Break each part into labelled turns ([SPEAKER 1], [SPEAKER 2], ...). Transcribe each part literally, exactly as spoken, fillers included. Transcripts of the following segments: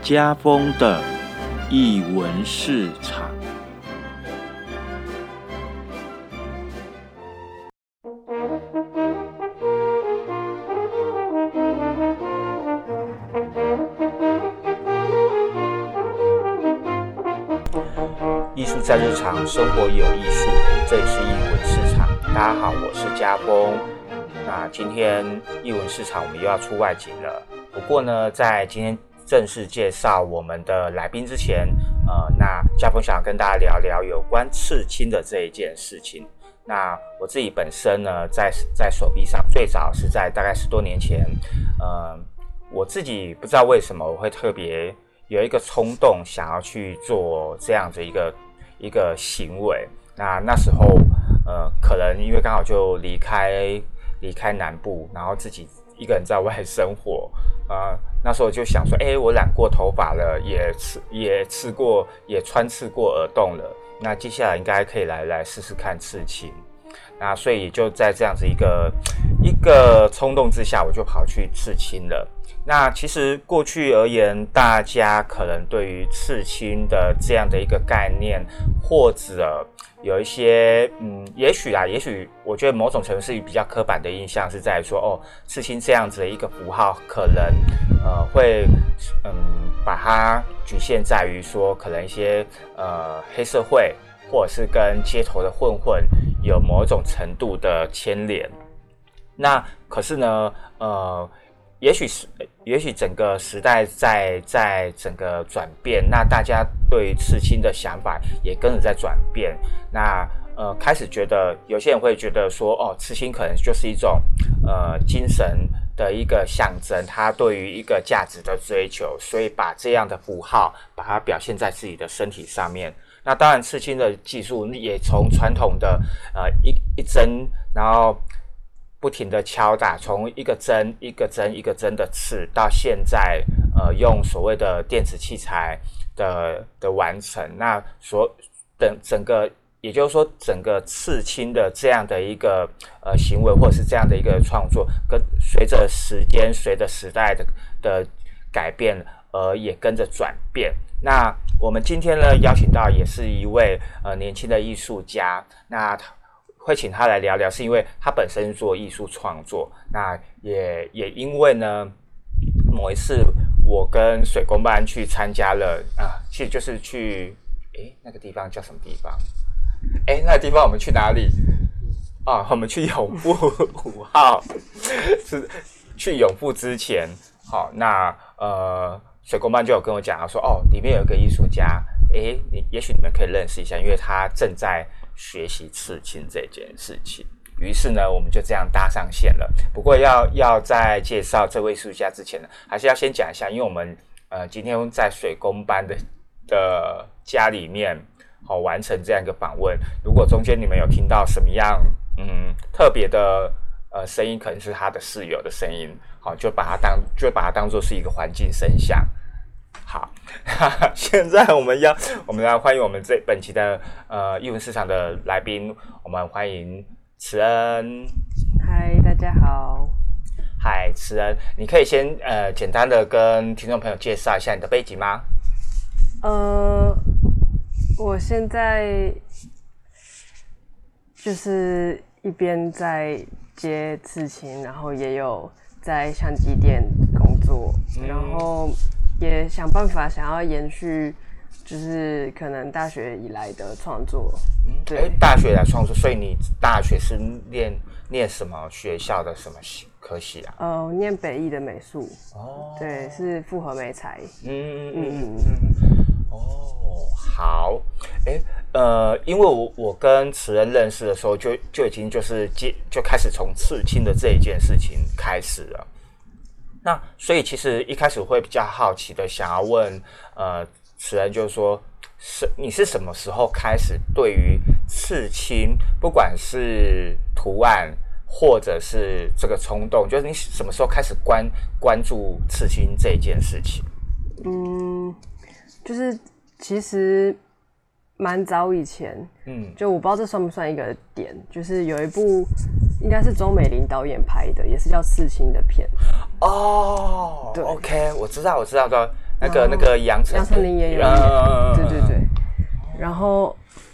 [SPEAKER 1] 家风的艺文市场。
[SPEAKER 2] 艺术在日常生活也有艺术，这里是艺文市场。大家好，我是家风。那今天艺文市场我们又要出外景了。不过呢，在今天正式介绍我们的来宾之前，呃，那家风想要跟大家聊聊有关刺青的这一件事情。那我自己本身呢，在在手臂上，最早是在大概十多年前，呃，我自己不知道为什么我会特别有一个冲动，想要去做这样子一个一个行为。那那时候，呃，可能因为刚好就离开离开南部，然后自己一个人在外生活，呃，那时候就想说，哎、欸，我染过头发了，也刺也刺过，也穿刺过耳洞了，那接下来应该可以来来试试看刺青。那所以就在这样子一个一个冲动之下，我就跑去刺青了。那其实过去而言，大家可能对于刺青的这样的一个概念，或者有一些嗯，也许啦，也许我觉得某种程度是比较刻板的印象，是在说哦，刺青这样子的一个符号，可能呃会嗯把它局限在于说，可能一些呃黑社会或者是跟街头的混混有某种程度的牵连。那可是呢，呃。也许是，也许整个时代在在整个转变，那大家对刺青的想法也跟着在转变。那呃，开始觉得有些人会觉得说，哦，刺青可能就是一种呃精神的一个象征，他对于一个价值的追求，所以把这样的符号把它表现在自己的身体上面。那当然，刺青的技术也从传统的呃一一针，然后不停的敲打，从一个针一个针一个针的刺，到现在呃用所谓的电子器材的的完成，那所等整个，也就是说整个刺青的这样的一个呃行为，或者是这样的一个创作，跟随着时间随着时代的的改变，而也跟着转变。那我们今天呢邀请到也是一位呃年轻的艺术家，那会请他来聊聊，是因为他本身做艺术创作，那也也因为呢，某一次我跟水工班去参加了啊，其实就是去诶那个地方叫什么地方？诶那个地方我们去哪里？啊，我们去永富五号，是去永富之前，好，那呃水工班就有跟我讲说，哦，里面有一个艺术家，诶你也许你们可以认识一下，因为他正在学习刺青这件事情。于是呢，我们就这样搭上线了。不过要要在介绍这位艺术家之前呢，还是要先讲一下，因为我们呃今天在水工班的的家里面好、哦、完成这样一个访问。如果中间你们有听到什么样嗯特别的呃声音，可能是他的室友的声音，好、哦、就把它当就把它当作是一个环境声响。好，现在我们要我们来欢迎我们这本期的呃艺文市场的来宾，我们欢迎慈恩。
[SPEAKER 3] 嗨，大家好。
[SPEAKER 2] 嗨，慈恩，你可以先呃简单的跟听众朋友介绍一下你的背景吗？
[SPEAKER 3] 呃，我现在就是一边在接刺青，然后也有在相机店工作，嗯、然后也想办法想要延续，就是可能大学以来的创作。
[SPEAKER 2] 嗯，对，大学来创作，所以你大学是念念什么学校的什么科系啊？
[SPEAKER 3] 呃，念北艺的美术。
[SPEAKER 2] 哦，
[SPEAKER 3] 对，是复合媒材。
[SPEAKER 2] 嗯嗯嗯嗯。哦，好，哎，呃，因为我我跟慈恩认识的时候就，就就已经就是接就开始从刺青的这一件事情开始了。那所以其实一开始会比较好奇的想要问，呃，慈恩就是说，是你是什么时候开始对于刺青，不管是图案或者是这个冲动，就是你什么时候开始关关注刺青这一件事情？
[SPEAKER 3] 嗯，就是其实蛮早以前，嗯，就我不知道这算不算一个点，就是有一部应该是周美玲导演拍的，也是叫刺青的片。
[SPEAKER 2] 哦，对 ，OK， 我知道，我知道的。 那个那个杨丞
[SPEAKER 3] 杨丞琳也有演，
[SPEAKER 2] 嗯、
[SPEAKER 3] 对对对，然后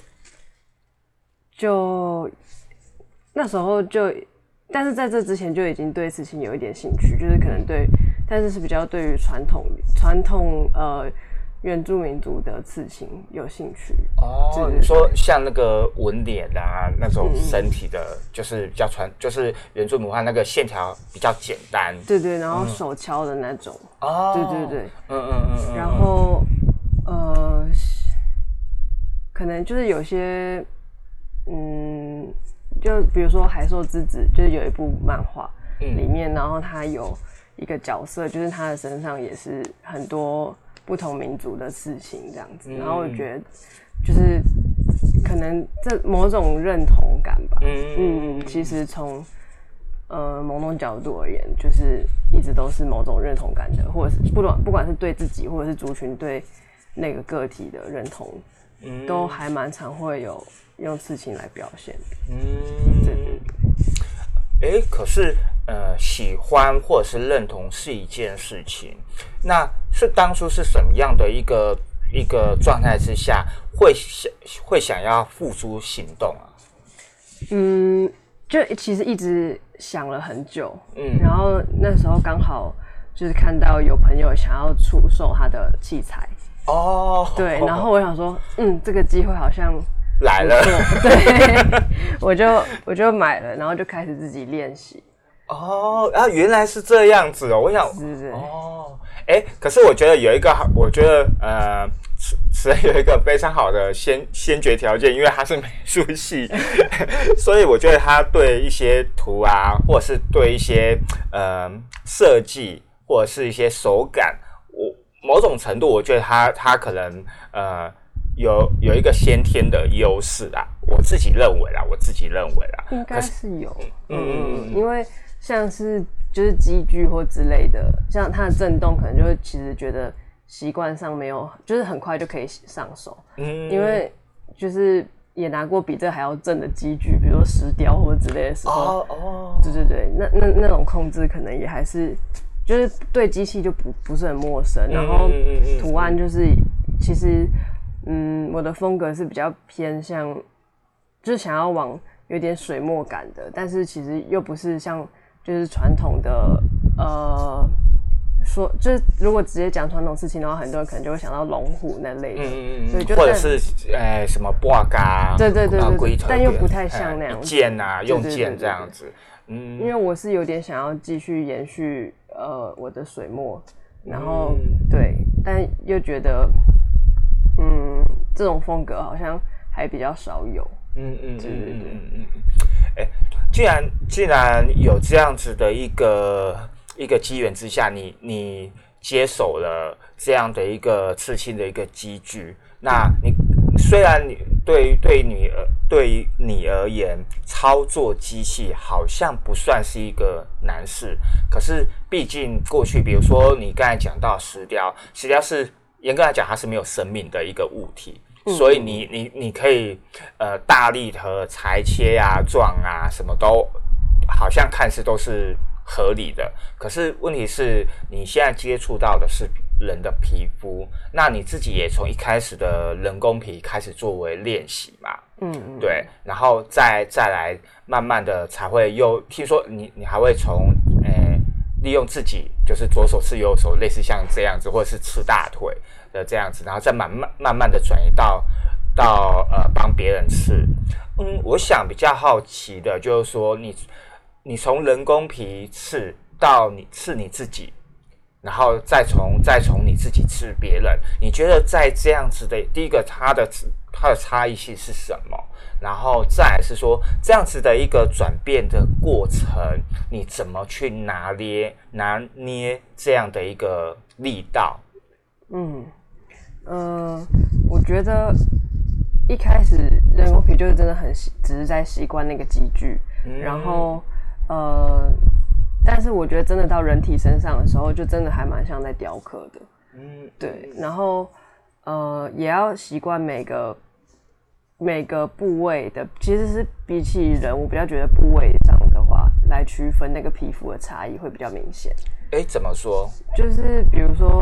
[SPEAKER 3] 就那时候就，但是在这之前就已经对刺青有一点兴趣，就是可能对，但是是比较对于传统传统呃原住民族的刺青有兴趣。
[SPEAKER 2] 哦，你说像那个纹脸啊，那种身体的，嗯、就是比较传，就是原住民文化那个线条比较简单。
[SPEAKER 3] 对对，然后手敲的那种。哦，对对对，
[SPEAKER 2] 嗯嗯嗯嗯。
[SPEAKER 3] 然后呃，可能就是有些，嗯，就比如说《海兽之子》，就是有一部漫画，嗯，里面，然后他有一个角色，就是他的身上也是很多不同民族的刺青这样子，嗯、然后我觉得就是可能这某种认同感吧，嗯嗯，其实从呃某种角度而言，就是一直都是某种认同感的，或者是不管不管是对自己或者是族群对那个个体的认同，嗯、都还蛮常会有用刺青来表现的，嗯，对对
[SPEAKER 2] 对。哎，可是呃，喜欢或者是认同是一件事情，那是当初是什么样的一个一个状态之下，会想会想要付诸行动啊？
[SPEAKER 3] 嗯，就其实一直想了很久，嗯，然后那时候刚好就是看到有朋友想要出售他的器材，哦，对，然后我想说，嗯，这个机会好像
[SPEAKER 2] 来了，
[SPEAKER 3] 对，我就我就买了，然后就开始自己练习。
[SPEAKER 2] 哦，啊，原来是这样子哦！我想，
[SPEAKER 3] 是是
[SPEAKER 2] 哦，哎，可是我觉得有一个，我觉得呃，此人有一个非常好的先先决条件，因为他是美术系，所以我觉得他对一些图啊，或者是对一些呃设计，或者是一些手感，我某种程度，我觉得他他可能呃。有有一个先天的优势啊，我自己认为啦，我自己认为啦，
[SPEAKER 3] 应该是有，嗯嗯，因为像是就是机具或之类的，像它的震动，可能就会其实觉得习惯上没有，就是很快就可以上手，嗯，因为就是也拿过比这还要震的机具，比如说石雕或之类的时候，哦哦，对对对，那那那种控制可能也还是就是对机器就不不是很陌生，然后图案就是其实。嗯，我的风格是比较偏向，就是想要往有点水墨感的，但是其实又不是像就是传统的呃，说就是如果直接讲传统刺青的话，很多人可能就会想到龙虎那类的，嗯嗯
[SPEAKER 2] 嗯，或者是呃什么布嘎，
[SPEAKER 3] 对对对对对，但又不太像那样
[SPEAKER 2] 子，剑啊，用剑这样子，
[SPEAKER 3] 嗯，因为我是有点想要继续延续呃我的水墨，然后、嗯、对，但又觉得。嗯，这种风格好像还比较少有。嗯嗯，对对对，嗯嗯嗯。
[SPEAKER 2] 哎，既然既然有这样子的一个一个机缘之下，你你接手了这样的一个刺青的一个机具，那你虽然你对于对于你对于你而言，操作机器好像不算是一个难事，可是毕竟过去，比如说你刚才讲到石雕，石雕是。严格来讲，它是没有生命的一个物体，嗯、所以你你你可以呃大力的裁切啊、撞啊，什么都好像看似都是合理的。可是问题是你现在接触到的是人的皮肤，那你自己也从一开始的人工皮开始作为练习嘛，嗯嗯，对，然后再再来慢慢的才会又听说你你还会从诶。利用自己就是左手刺右手，类似像这样子，或者是刺大腿的这样子，然后再慢慢慢慢的转移到到呃帮别人刺。嗯，我想比较好奇的就是说，你你从人工皮刺到你刺你自己，然后再从再从你自己刺别人，你觉得在这样子的第一个它的它的差异性是什么？然后再来是说这样子的一个转变的过程，你怎么去拿捏拿捏这样的一个力道？
[SPEAKER 3] 嗯，呃，我觉得一开始人工皮就是真的很只是在习惯那个机具，嗯、然后呃，但是我觉得真的到人体身上的时候，就真的还蛮像在雕刻的。嗯，对，然后呃，也要习惯每个。每个部位的其实是比起人，我比较觉得部位上的话来区分那个皮肤的差异会比较明显。
[SPEAKER 2] 哎，怎么说？
[SPEAKER 3] 就是比如说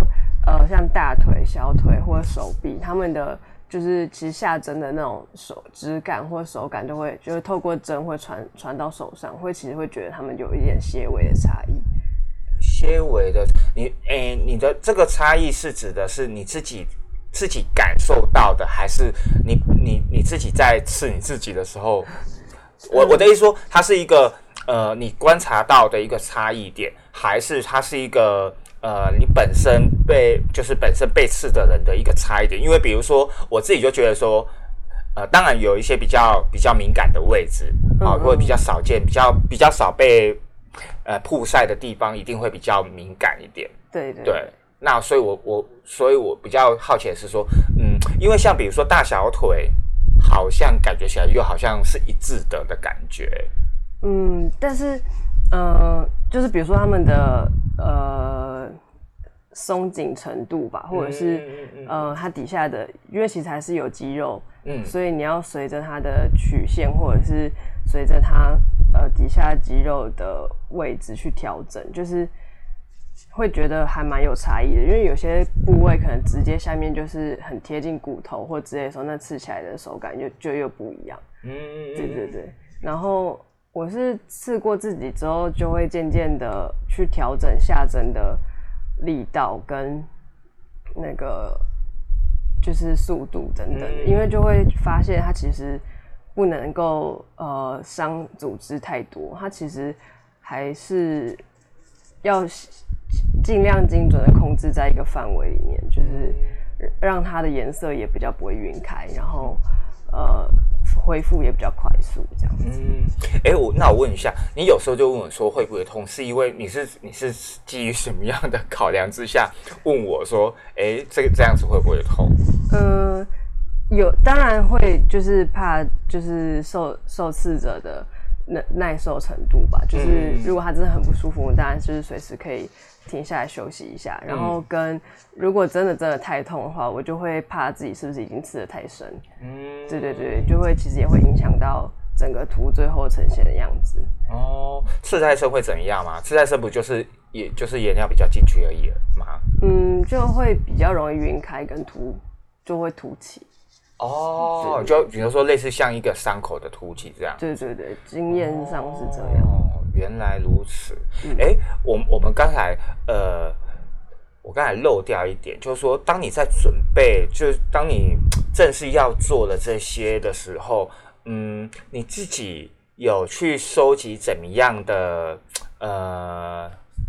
[SPEAKER 3] 呃像大腿、小腿或者手臂，他们的就是其实下针的那种手质感或手感就会就是透过针会传传到手上，会其实会觉得他们有一点些微的差异。
[SPEAKER 2] 些微的，你诶，你的这个差异是指的是你自己自己感受到的，还是你你你自己在刺你自己的时候？我我的意思说，它是一个呃你观察到的一个差异点，还是它是一个呃你本身被就是本身被刺的人的一个差异点？因为比如说我自己就觉得说，呃，当然有一些比较比较敏感的位置啊，或者比较少见、比较比较少被呃曝晒的地方，一定会比较敏感一点。
[SPEAKER 3] 对对
[SPEAKER 2] 对。那所以我，我所以我比较好奇的是说，嗯，因为像比如说大小腿，好像感觉起来又好像是一致的的感觉。
[SPEAKER 3] 嗯，但是，呃，就是比如说他们的呃松紧程度吧，或者是、嗯嗯嗯、呃它底下的，因为其实还是有肌肉，嗯，所以你要随着它的曲线，或者是随着它呃底下肌肉的位置去调整，就是会觉得还蛮有差异的。因为有些部位可能直接下面就是很贴近骨头或之类的时候，那刺起来的手感就就又不一样。嗯，对对对。然后我是刺过自己之后，就会渐渐的去调整下针的力道跟那个就是速度等等的，因为就会发现它其实不能够呃伤组织太多，它其实还是要尽量精准的控制在一个范围里面，就是让它的颜色也比较不会晕开，然后呃恢复也比较快速，这样子。嗯，
[SPEAKER 2] 哎、欸，我那我问一下，你有时候就问我说会不会痛，是因为你是你是基于什么样的考量之下问我说，哎、欸，这这样子会不会痛？
[SPEAKER 3] 嗯、呃，有，当然会，就是怕就是受受刺者的耐耐受程度吧。就是如果他真的很不舒服，当然就是随时可以停下来休息一下。然后跟如果真的真的太痛的话，我就会怕自己是不是已经刺得太深。嗯，对对对，就会其实也会影响到整个图最后呈现的样子。
[SPEAKER 2] 哦，刺太深会怎么样吗？刺太深不就是也就是颜料比较进去而已吗？
[SPEAKER 3] 嗯，就会比较容易晕开，跟凸就会凸起。
[SPEAKER 2] 哦，就比如说类似像一个伤口的凸起这样。
[SPEAKER 3] 对对对，经验上是这样。
[SPEAKER 2] 哦，原来如此。哎、嗯，我我们刚才呃，我刚才漏掉一点，就是说，当你在准备，就是当你正式要做的这些的时候，嗯，你自己有去收集怎么样的呃？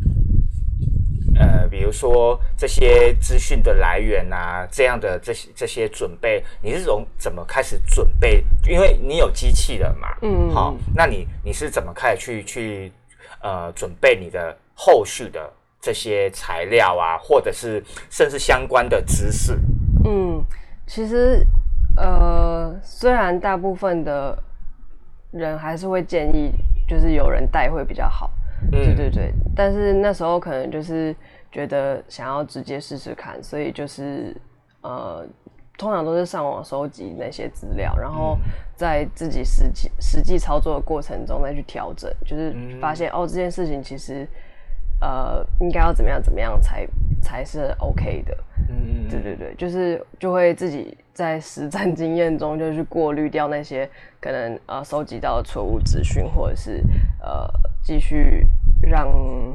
[SPEAKER 2] 呃，比如说这些资讯的来源啊，这样的这些这些准备，你是从怎么开始准备？因为你有机器了嘛，嗯，好，那你你是怎么开始去去呃准备你的后续的这些材料啊，或者是甚至相关的知识？
[SPEAKER 3] 嗯，其实呃，虽然大部分的人还是会建议，就是有人带会比较好。对对对，但是那时候可能就是觉得想要直接试试看，所以就是呃，通常都是上网收集那些资料，然后在自己实际实际操作的过程中再去调整，就是发现、嗯、哦这件事情其实呃应该要怎么样怎么样才才是 OK 的。嗯，对对对，就是就会自己在实战经验中就去过滤掉那些可能呃收集到的错误资讯，或者是呃继续让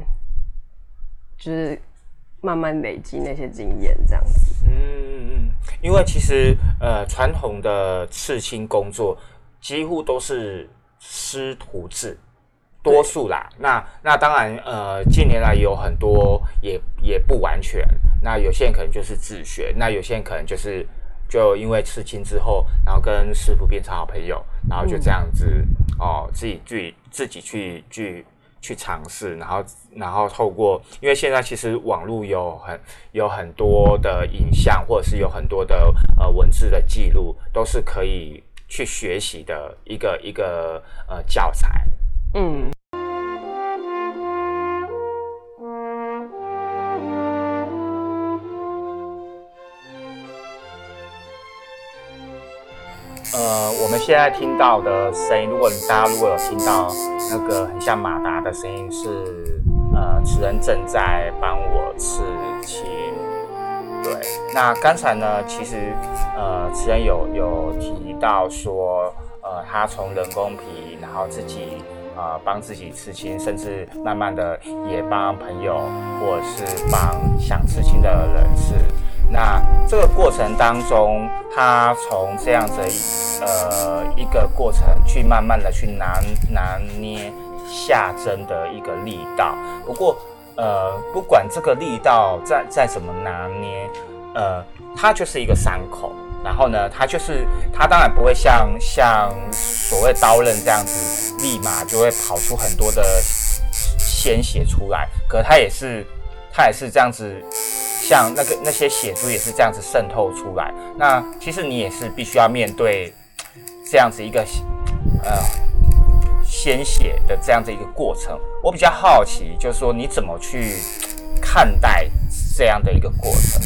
[SPEAKER 3] 就是慢慢累积那些经验这样子。
[SPEAKER 2] 嗯嗯，因为其实呃传统的刺青工作几乎都是师徒制。多数啦，那那当然，呃，近年来有很多也也不完全。那有些人可能就是自学，那有些人可能就是就因为刺青之后，然后跟师傅变成好朋友，然后就这样子、嗯、哦，自己去自己去去去尝试，然后然后透过，因为现在其实网络有很有很多的影像，或者是有很多的呃文字的记录，都是可以去学习的一个一个呃教材。嗯，呃，我们现在听到的声音，如果你大家如果有听到那个很像马达的声音，是呃，此人正在帮我刺青。 那刚才呢，其实呃，慈恩有有提到说，呃，他从人工皮，然后自己呃帮自己刺青，甚至慢慢的也帮朋友或者是帮想刺青的人刺。那这个过程当中，他从这样子呃一个过程去慢慢的去拿拿捏下针的一个力道。不过呃，不管这个力道再再怎么拿捏，呃，它就是一个伤口。然后呢，它就是它当然不会像像所谓刀刃这样子，立马就会跑出很多的鲜血出来。可它也是它也是这样子。像那个那些血珠也是这样子渗透出来，那其实你也是必须要面对这样子一个呃鲜血的这样子一个过程。我比较好奇，就是说你怎么去看待这样的一个过程？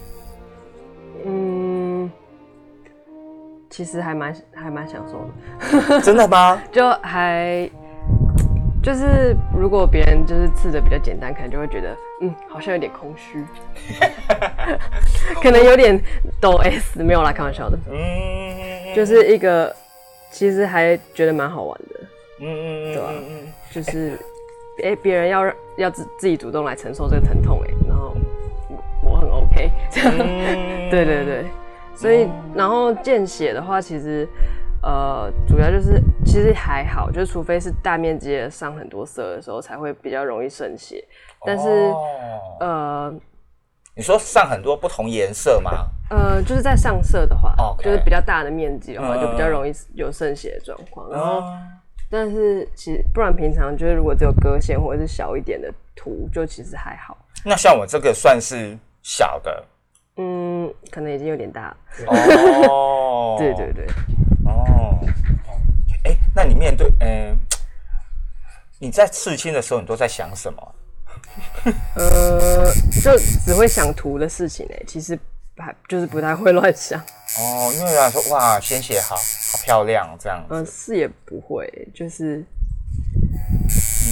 [SPEAKER 3] 嗯，其实还蛮还蛮享受的。
[SPEAKER 2] 真的吗？
[SPEAKER 3] 就还。就是如果别人就是刺的比较简单，可能就会觉得嗯好像有点空虚，可能有点抖 S 没有啦，开玩笑的。嗯，就是一个其实还觉得蛮好玩的。嗯嗯嗯，对吧、啊？就是哎、欸，别人要要自自己主动来承受这个疼痛哎、欸，然后我我很 OK 这样。嗯、对对对，所以、嗯、然后见血的话，其实。呃，主要就是其实还好，就是除非是大面积的上很多色的时候，才会比较容易渗血。但是，哦、呃，
[SPEAKER 2] 你说上很多不同颜色吗？
[SPEAKER 3] 呃，就是在上色的话，
[SPEAKER 2] okay.
[SPEAKER 3] 就是比较大的面积的话，嗯、就比较容易有渗血的状况。然后，嗯、但是其实不然平常就是如果只有割线或者是小一点的图，就其实还好。
[SPEAKER 2] 那像我这个算是小的，
[SPEAKER 3] 嗯，可能已经有点大了。
[SPEAKER 2] 哦，
[SPEAKER 3] 对对对。
[SPEAKER 2] 哦，哎、欸，那你面对，嗯、呃，你在刺青的时候，你都在想什么？
[SPEAKER 3] 呃，就只会想图的事情哎、欸，其实还就是不太会乱想。
[SPEAKER 2] 哦，因为有人说哇，鲜血好好漂亮这样子。
[SPEAKER 3] 嗯、呃，是也不会、欸，就是，
[SPEAKER 2] 嗯，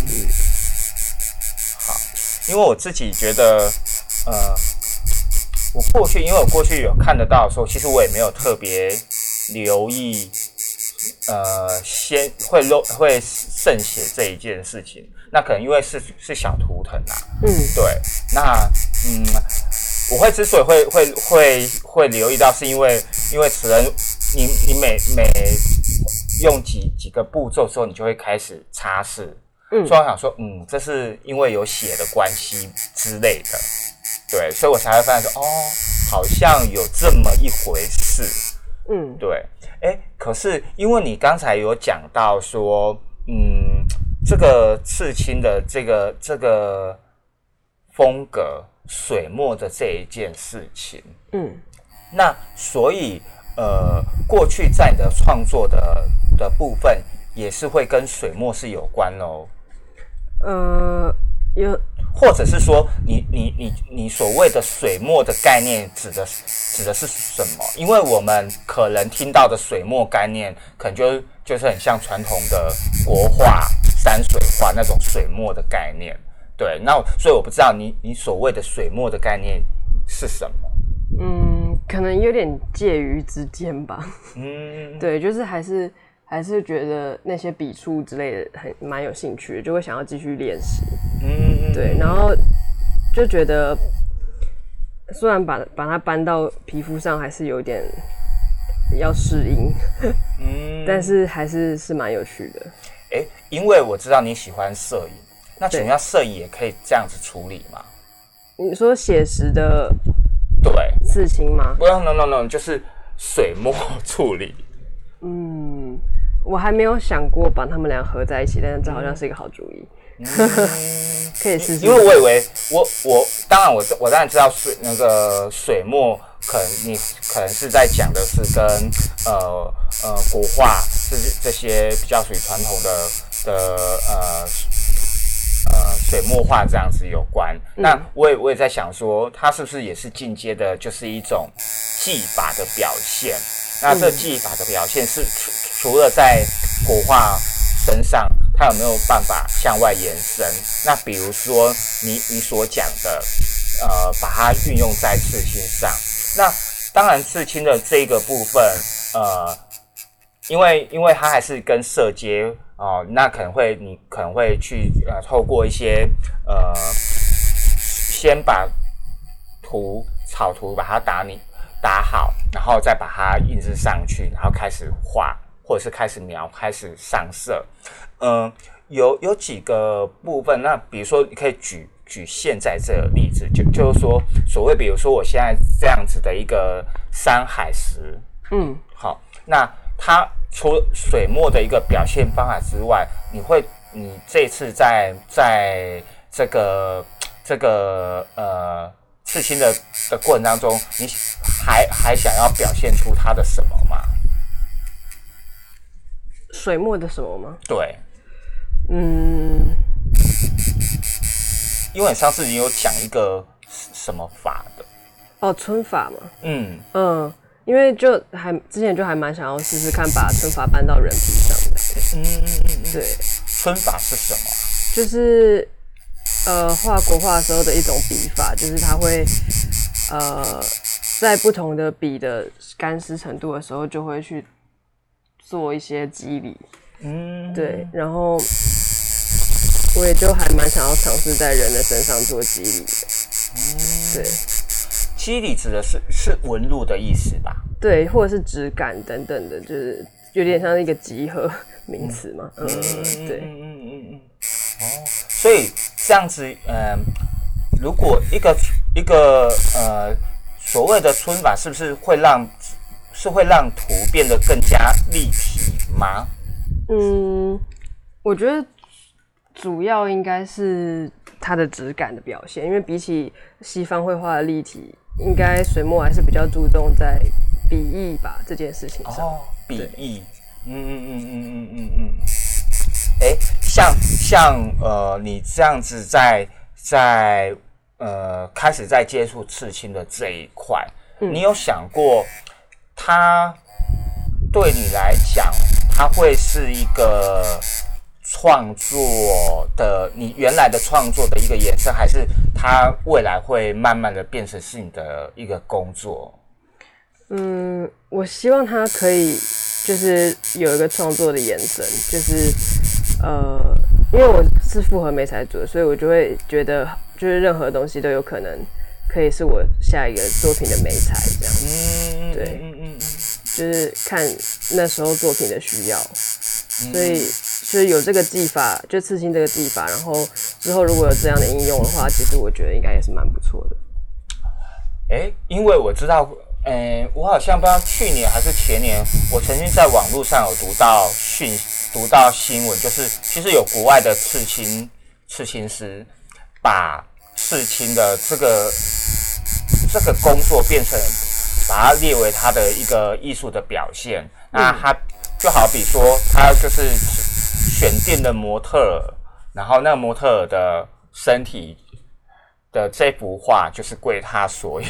[SPEAKER 2] 好，因为我自己觉得，呃，我过去，因为我过去有看得到的时候，其实我也没有特别。留意，呃，先会漏会渗血这一件事情，那可能因为是是小图腾啊，嗯，对，那嗯，我会之所以会会会会留意到，是因为因为此人你你每每用几几个步骤之后，你就会开始擦拭，嗯，所以我想说，嗯，这是因为有血的关系之类的，对，所以我才会发现说，哦，好像有这么一回事。嗯，对，哎，可是因为你刚才有讲到说，嗯，这个刺青的这个这个风格水墨的这一件事情，嗯，那所以呃，过去在你的创作的的部分也是会跟水墨是有关咯。
[SPEAKER 3] 呃，有。
[SPEAKER 2] 或者是说你，你你你你所谓的水墨的概念指的指的是什么？因为我们可能听到的水墨概念，可能就就是很像传统的国画、山水画那种水墨的概念。对，那所以我不知道你你所谓的水墨的概念是什么？
[SPEAKER 3] 嗯，可能有点介于之间吧。嗯，对，就是还是。还是觉得那些笔触之类的很蛮有兴趣的，就会想要继续练习。嗯，对，然后就觉得虽然把把它搬到皮肤上，还是有点要适应，嗯，但是还是是蛮有趣的。
[SPEAKER 2] 哎、欸，因为我知道你喜欢摄影，那请问摄影也可以这样子处理吗？
[SPEAKER 3] 你说写实的
[SPEAKER 2] 对
[SPEAKER 3] 刺青吗？
[SPEAKER 2] 不要 ，no no no， 就是水墨处理。
[SPEAKER 3] 嗯。我还没有想过把他们俩合在一起，但是这好像是一个好主意，嗯、可以试试。
[SPEAKER 2] 因为我以为我我当然我我当然知道水那个水墨，可能你可能是在讲的是跟呃呃国画这这些比较属于传统的的呃呃水墨画这样子有关。嗯、那我也我也在想说，它是不是也是进阶的，就是一种技法的表现？那这技法的表现是除除了在国画身上，它有没有办法向外延伸？那比如说你你所讲的， 呃把它运用在刺青上。那当然刺青的这个部分，呃，因为因为它还是跟色阶哦、呃，那可能会你可能会去呃透过一些呃先把图草图把它打你打好，然后再把它印制上去，然后开始画，或者是开始描，开始上色。嗯、呃，有有几个部分，那比如说你可以举举现在这个例子，就就是说所谓比如说我现在这样子的一个山海石，嗯，好，那它除了水墨的一个表现方法之外，你会你这次在在这个这个呃刺青的的过程当中，你还还想要表现出它的什么吗？
[SPEAKER 3] 水墨的什么吗？
[SPEAKER 2] 对，
[SPEAKER 3] 嗯，
[SPEAKER 2] 因为上次你有讲一个什么法的？
[SPEAKER 3] 哦，皴法嘛。
[SPEAKER 2] 嗯
[SPEAKER 3] 嗯，因为就还之前就还蛮想要试试看把皴法搬到人皮上的。
[SPEAKER 2] 嗯嗯嗯嗯，
[SPEAKER 3] 对。
[SPEAKER 2] 皴法是什么？
[SPEAKER 3] 就是呃画国画的时候的一种笔法，就是它会呃在不同的笔的干湿程度的时候，就会去做一些肌理。嗯，对，然后我也就还蛮想要尝试在人的身上做肌理的。嗯，对，
[SPEAKER 2] 肌理指的是是纹路的意思吧？
[SPEAKER 3] 对，或者是质感等等的，就是有点像一个集合名词嘛。嗯，嗯对，嗯嗯嗯嗯。
[SPEAKER 2] 哦，所以这样子，嗯、呃，如果一个一个呃所谓的皴法，是不是会让是会让图变得更加立体吗？
[SPEAKER 3] 嗯，我觉得主要应该是它的质感的表现，因为比起西方绘画的立体，应该水墨还是比较注重在笔意吧这件事情上。
[SPEAKER 2] 哦，笔意，嗯嗯嗯嗯嗯嗯嗯。哎，像像呃，你这样子在在呃开始在接触刺青的这一块，嗯、你有想过它对你来讲，它会是一个创作的你原来的创作的一个延伸，还是它未来会慢慢的变成是你的一个工作？
[SPEAKER 3] 嗯，我希望它可以就是有一个创作的延伸，就是呃，因为我是复合媒材组的，所以我就会觉得就是任何东西都有可能可以是我下一个作品的媒材这样。嗯，对，嗯嗯嗯，就是看那时候作品的需要，所以就是有这个技法，就刺青这个技法，然后之后如果有这样的应用的话，其实我觉得应该也是蛮不错的。
[SPEAKER 2] 哎，因为我知道。嗯，我好像不知道去年还是前年，我曾经在网络上有读到讯，读到新闻，就是其实有国外的刺青刺青师把刺青的这个这个工作变成把它列为他的一个艺术的表现。嗯、那他就好比说，他就是选定的模特儿，然后那个模特儿的身体的这幅画就是归他所有。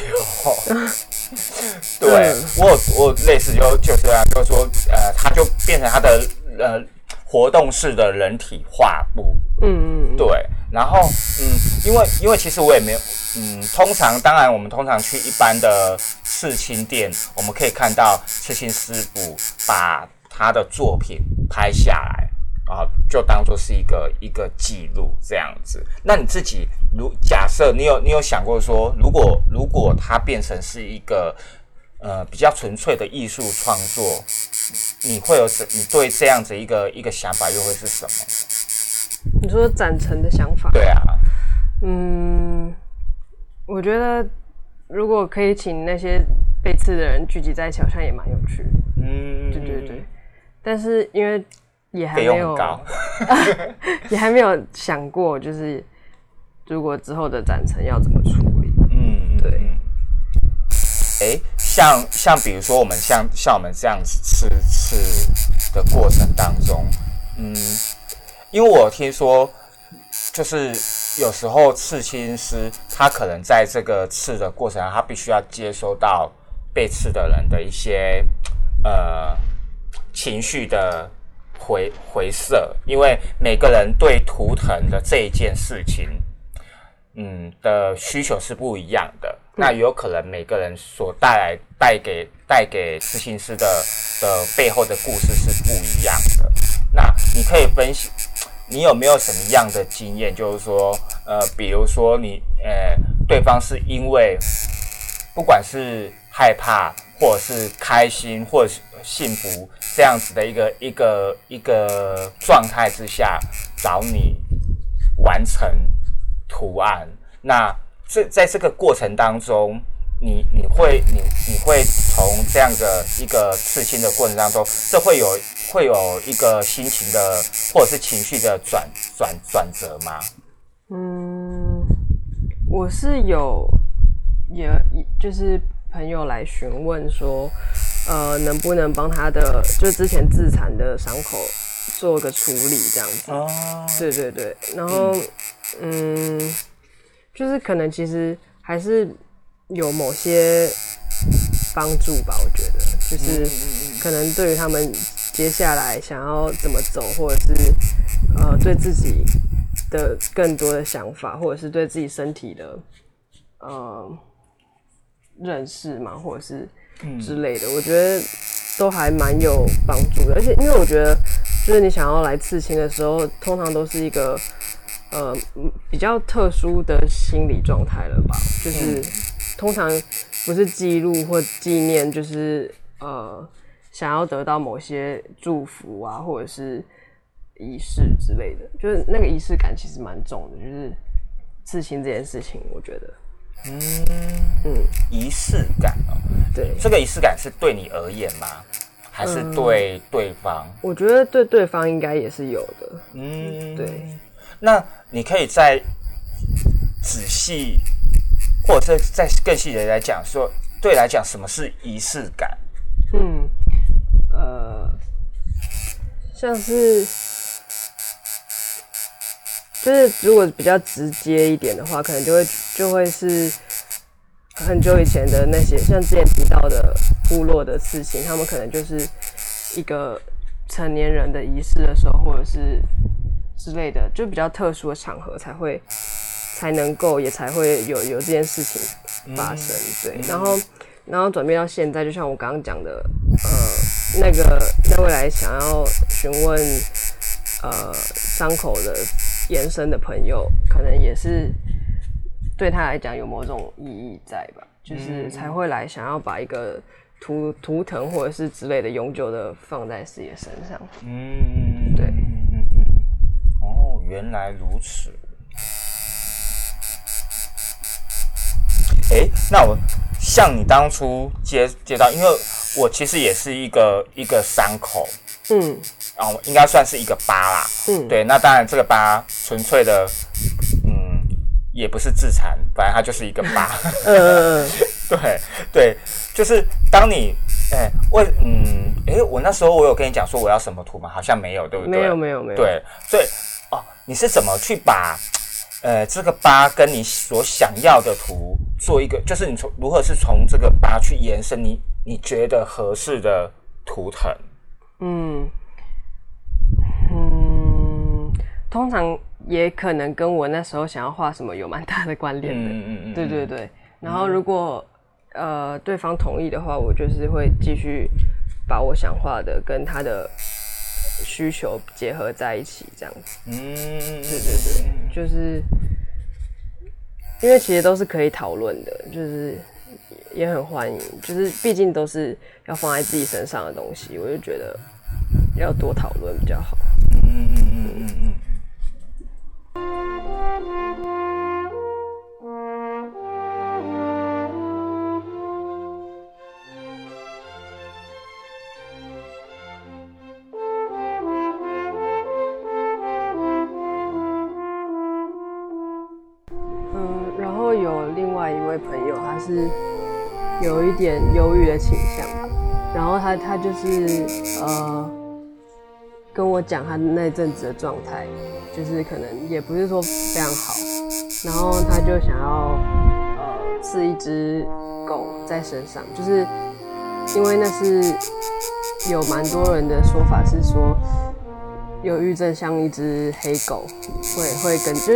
[SPEAKER 2] 对，我有我有类似就就这样，就是说，呃，它就变成它的呃活动式的人体画布。嗯嗯，对。然后嗯，因为因为其实我也没有嗯，通常当然我们通常去一般的刺青店，我们可以看到刺青师傅把他的作品拍下来。啊，就当作是一个一个记录这样子。那你自己，如假设你有你有想过说，如果如果它变成是一个呃比较纯粹的艺术创作，你会有你对这样子一个一个想法又会是什么？
[SPEAKER 3] 你说展陈的想法？
[SPEAKER 2] 对啊，
[SPEAKER 3] 嗯，我觉得如果可以请那些被刺的人聚集在一起，好像也蛮有趣的。嗯，对对对。但是因为也还没有，也还没有想过，就是如果之后的展陈要怎么处理。嗯，对。
[SPEAKER 2] 哎、欸，像像比如说我们像像我们这样子刺刺的过程当中，嗯，因为我听说，就是有时候刺青师他可能在这个刺的过程中，他必须要接收到被刺的人的一些呃情绪的。回回射，因为每个人对图腾的这一件事情， 嗯的需求是不一样的，嗯、那有可能每个人所带来带给带给刺青师的的背后的故事是不一样的。那你可以分析，你有没有什么样的经验？就是说，呃，比如说你呃，对方是因为不管是害怕，或者是开心，或者是幸福这样子的一个一个一个状态之下，找你完成图案。那这在这个过程当中，你你会你你会从这样的一个刺青的过程当中，这会有会有一个心情的或者是情绪的转转转折吗？
[SPEAKER 3] 嗯，我是有也就是朋友来询问说，呃，能不能帮他的就之前自残的伤口做个处理这样子。哦，对对对，然后嗯。嗯就是可能其实还是有某些帮助吧，我觉得就是可能对于他们接下来想要怎么走，或者是呃对自己的更多的想法，或者是对自己身体的呃认识嘛，或者是之类的，我觉得都还蛮有帮助的。而且因为我觉得，就是你想要来刺青的时候，通常都是一个。呃，比较特殊的心理状态了吧，就是通常不是记录或纪念，就是呃想要得到某些祝福啊，或者是仪式之类的，就是那个仪式感其实蛮重的，就是刺青这件事情，我觉得，嗯
[SPEAKER 2] 嗯，仪式感哦，对，这个仪式感是对你而言吗？还是对对方？
[SPEAKER 3] 嗯、我觉得对对方应该也是有的，嗯，对。
[SPEAKER 2] 那你可以再仔细，或者是再更细的来讲，说对来讲，什么是仪式感？
[SPEAKER 3] 嗯，呃，像是就是如果比较直接一点的话，可能就会就会是很久以前的那些，像之前提到的部落的刺青，他们可能就是一个成年人的仪式的时候，或者是。之类的，就比较特殊的场合才会才能够，也才会有有这件事情发生。对，然后然后转变到现在，就像我刚刚讲的，呃，那个那位来想要询问呃伤口的延伸的朋友，可能也是对他来讲有某种意义在吧，就是才会来想要把一个图图腾或者是之类的永久的放在自己的身上。嗯，对。
[SPEAKER 2] 哦，原来如此。哎，那我像你当初接接到，因为我其实也是一个一个伤口，嗯，然后应该算是一个疤啦，嗯，对。那当然，这个疤纯粹的，嗯，也不是自残，反正它就是一个疤。嗯，对对，就是当你，哎，我，嗯，哎，我那时候我有跟你讲说我要什么图吗？好像没有，对不对？
[SPEAKER 3] 没有，没有，没有。
[SPEAKER 2] 对，所以。哦，你是怎么去把呃这个疤跟你所想要的图做一个，就是你从如何是从这个疤去延伸你你觉得合适的图腾？嗯
[SPEAKER 3] 嗯，通常也可能跟我那时候想要画什么有蛮大的关联的。嗯嗯嗯，对对对。然后如果、嗯、呃对方同意的话，我就是会继续把我想画的跟他的。需求结合在一起，这样子。嗯，对对对，就是因为其实都是可以讨论的，就是也很欢迎，就是毕竟都是要放在自己身上的东西，我就觉得要多讨论比较好。嗯嗯嗯嗯嗯。朋友他是有一点忧郁的倾向，然后他他就是呃跟我讲他那阵子的状态，就是可能也不是说非常好，然后他就想要呃刺一只狗在身上，就是因为那是有蛮多人的说法是说，忧郁症像一只黑狗，会会跟就是。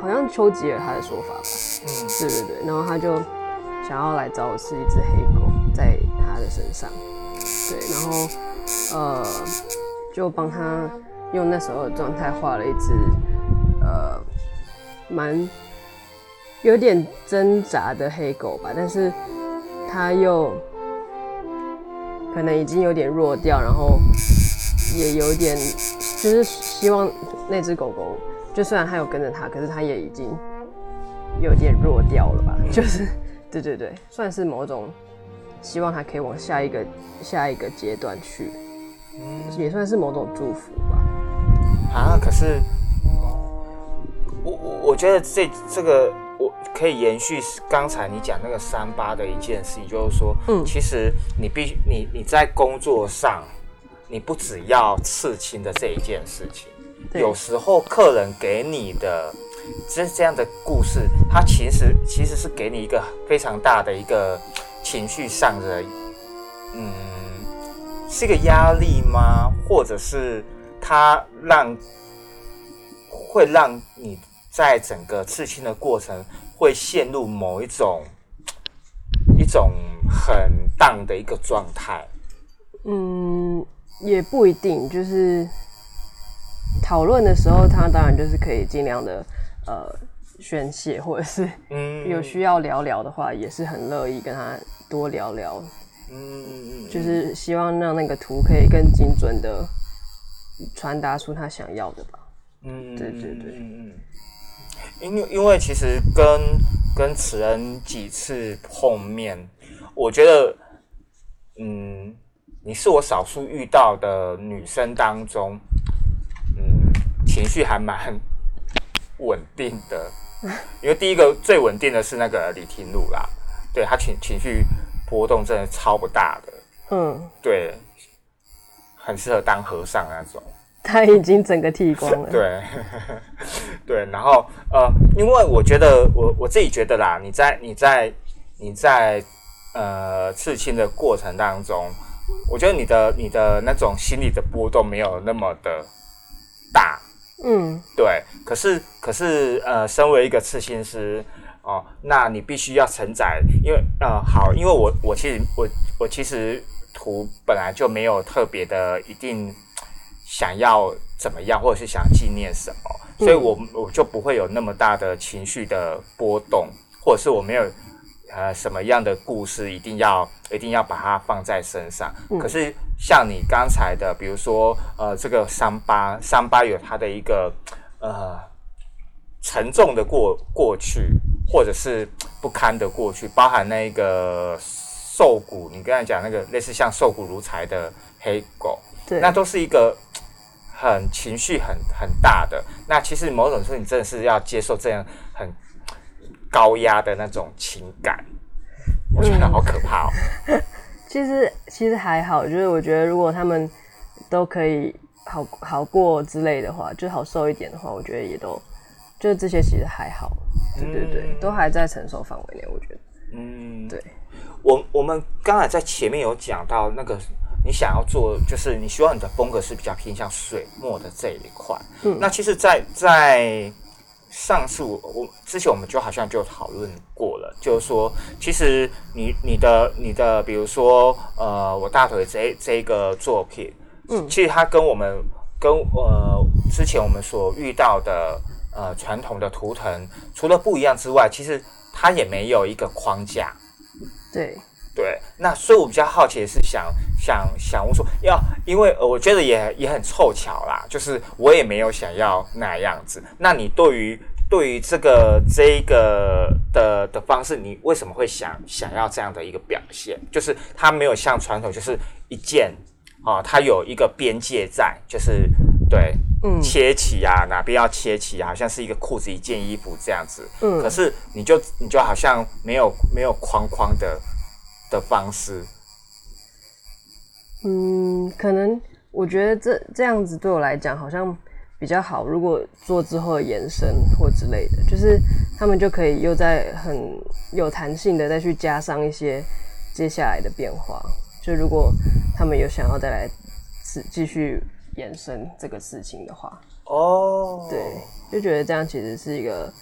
[SPEAKER 3] 好像丘吉尔他的说法吧，嗯，对对对，然后他就想要来找我刺一只黑狗在他的身上，对，然后呃就帮他用那时候的状态画了一只呃蛮有点挣扎的黑狗吧，但是他又可能已经有点弱掉，然后也有点就是希望那只狗狗。就虽然他有跟着他，可是他也已经有点弱掉了吧？就是，对对对，算是某种希望他可以往下一个下一个阶段去，嗯、也算是某种祝福吧。
[SPEAKER 2] 啊，可是我我我觉得这这个我可以延续刚才你讲那个三八的一件事情，就是说，嗯，其实你必须你你在工作上，你不只要刺青的这一件事情。有时候客人给你的这这样的故事，他其实其实是给你一个非常大的一个情绪上的，嗯，是一个压力吗？或者是他让会让你在整个刺青的过程会陷入某一种一种很荡的一个状态？
[SPEAKER 3] 嗯，也不一定，就是。讨论的时候，他当然就是可以尽量的呃宣泄，或者是有需要聊聊的话，也是很乐意跟他多聊聊。嗯，就是希望让那个图可以更精准的传达出他想要的吧。嗯，对对对。嗯嗯。
[SPEAKER 2] 因为因为其实跟跟慈恩几次碰面，我觉得，嗯，你是我少数遇到的女生当中。情绪还蛮稳定的，因为第一个最稳定的是那个李廷儒啦，对他情情绪波动真的超不大的，嗯，对，很适合当和尚那种。
[SPEAKER 3] 他已经整个剃光了，
[SPEAKER 2] 对，对，然后呃，因为我觉得我我自己觉得啦，你在你在你在呃刺青的过程当中，我觉得你的你的那种心理的波动没有那么的大。嗯，对，可是可是呃，身为一个刺青师哦，那你必须要承载，因为呃好，因为我我其实我我其实图本来就没有特别的一定想要怎么样，或者是想纪念什么，所以我我就不会有那么大的情绪的波动，或者是我没有呃什么样的故事一定要一定要把它放在身上，嗯、可是。像你刚才的，比如说，呃，这个伤疤，伤疤有它的一个呃沉重的过过去，或者是不堪的过去，包含那个瘦骨，你刚才讲那个类似像瘦骨如柴的黑狗，对，那都是一个很情绪很很大的。那其实某种程度，你真的是要接受这样很高压的那种情感，我觉得好可怕哦。嗯
[SPEAKER 3] 其实其实还好，就是我觉得如果他们都可以好好过之类的话，就好受一点的话，我觉得也都就是这些其实还好，对对对，嗯、都还在承受范围内，我觉得。嗯，对。
[SPEAKER 2] 我我们刚才在前面有讲到那个你想要做，就是你希望你的风格是比较偏向水墨的这一块。嗯，那其实在，在在上次我我之前我们就好像就讨论过了，就是说，其实你你的你的，比如说呃，我大腿这这个作品，嗯，其实它跟我们跟呃之前我们所遇到的呃传统的图腾，除了不一样之外，其实它也没有一个框架。
[SPEAKER 3] 对
[SPEAKER 2] 对，那所以我比较好奇的是想想想问说，要因为我觉得也也很凑巧啦，就是我也没有想要那样子。那你对于对于这个这个的的方式，你为什么会想想要这样的一个表现？就是它没有像传统，就是一件啊，它有一个边界在，就是对，嗯，切起啊，哪边要切起啊，好像是一个裤子一件衣服这样子。嗯，可是你就你就好像没有没有框框的。的方式，
[SPEAKER 3] 嗯，可能我觉得这这样子对我来讲好像比较好。如果做之后的延伸或之类的，就是他们就可以又在很有弹性的再去加上一些接下来的变化。就如果他们有想要再来继续延伸这个事情的话，哦，对，就觉得这样其实是一个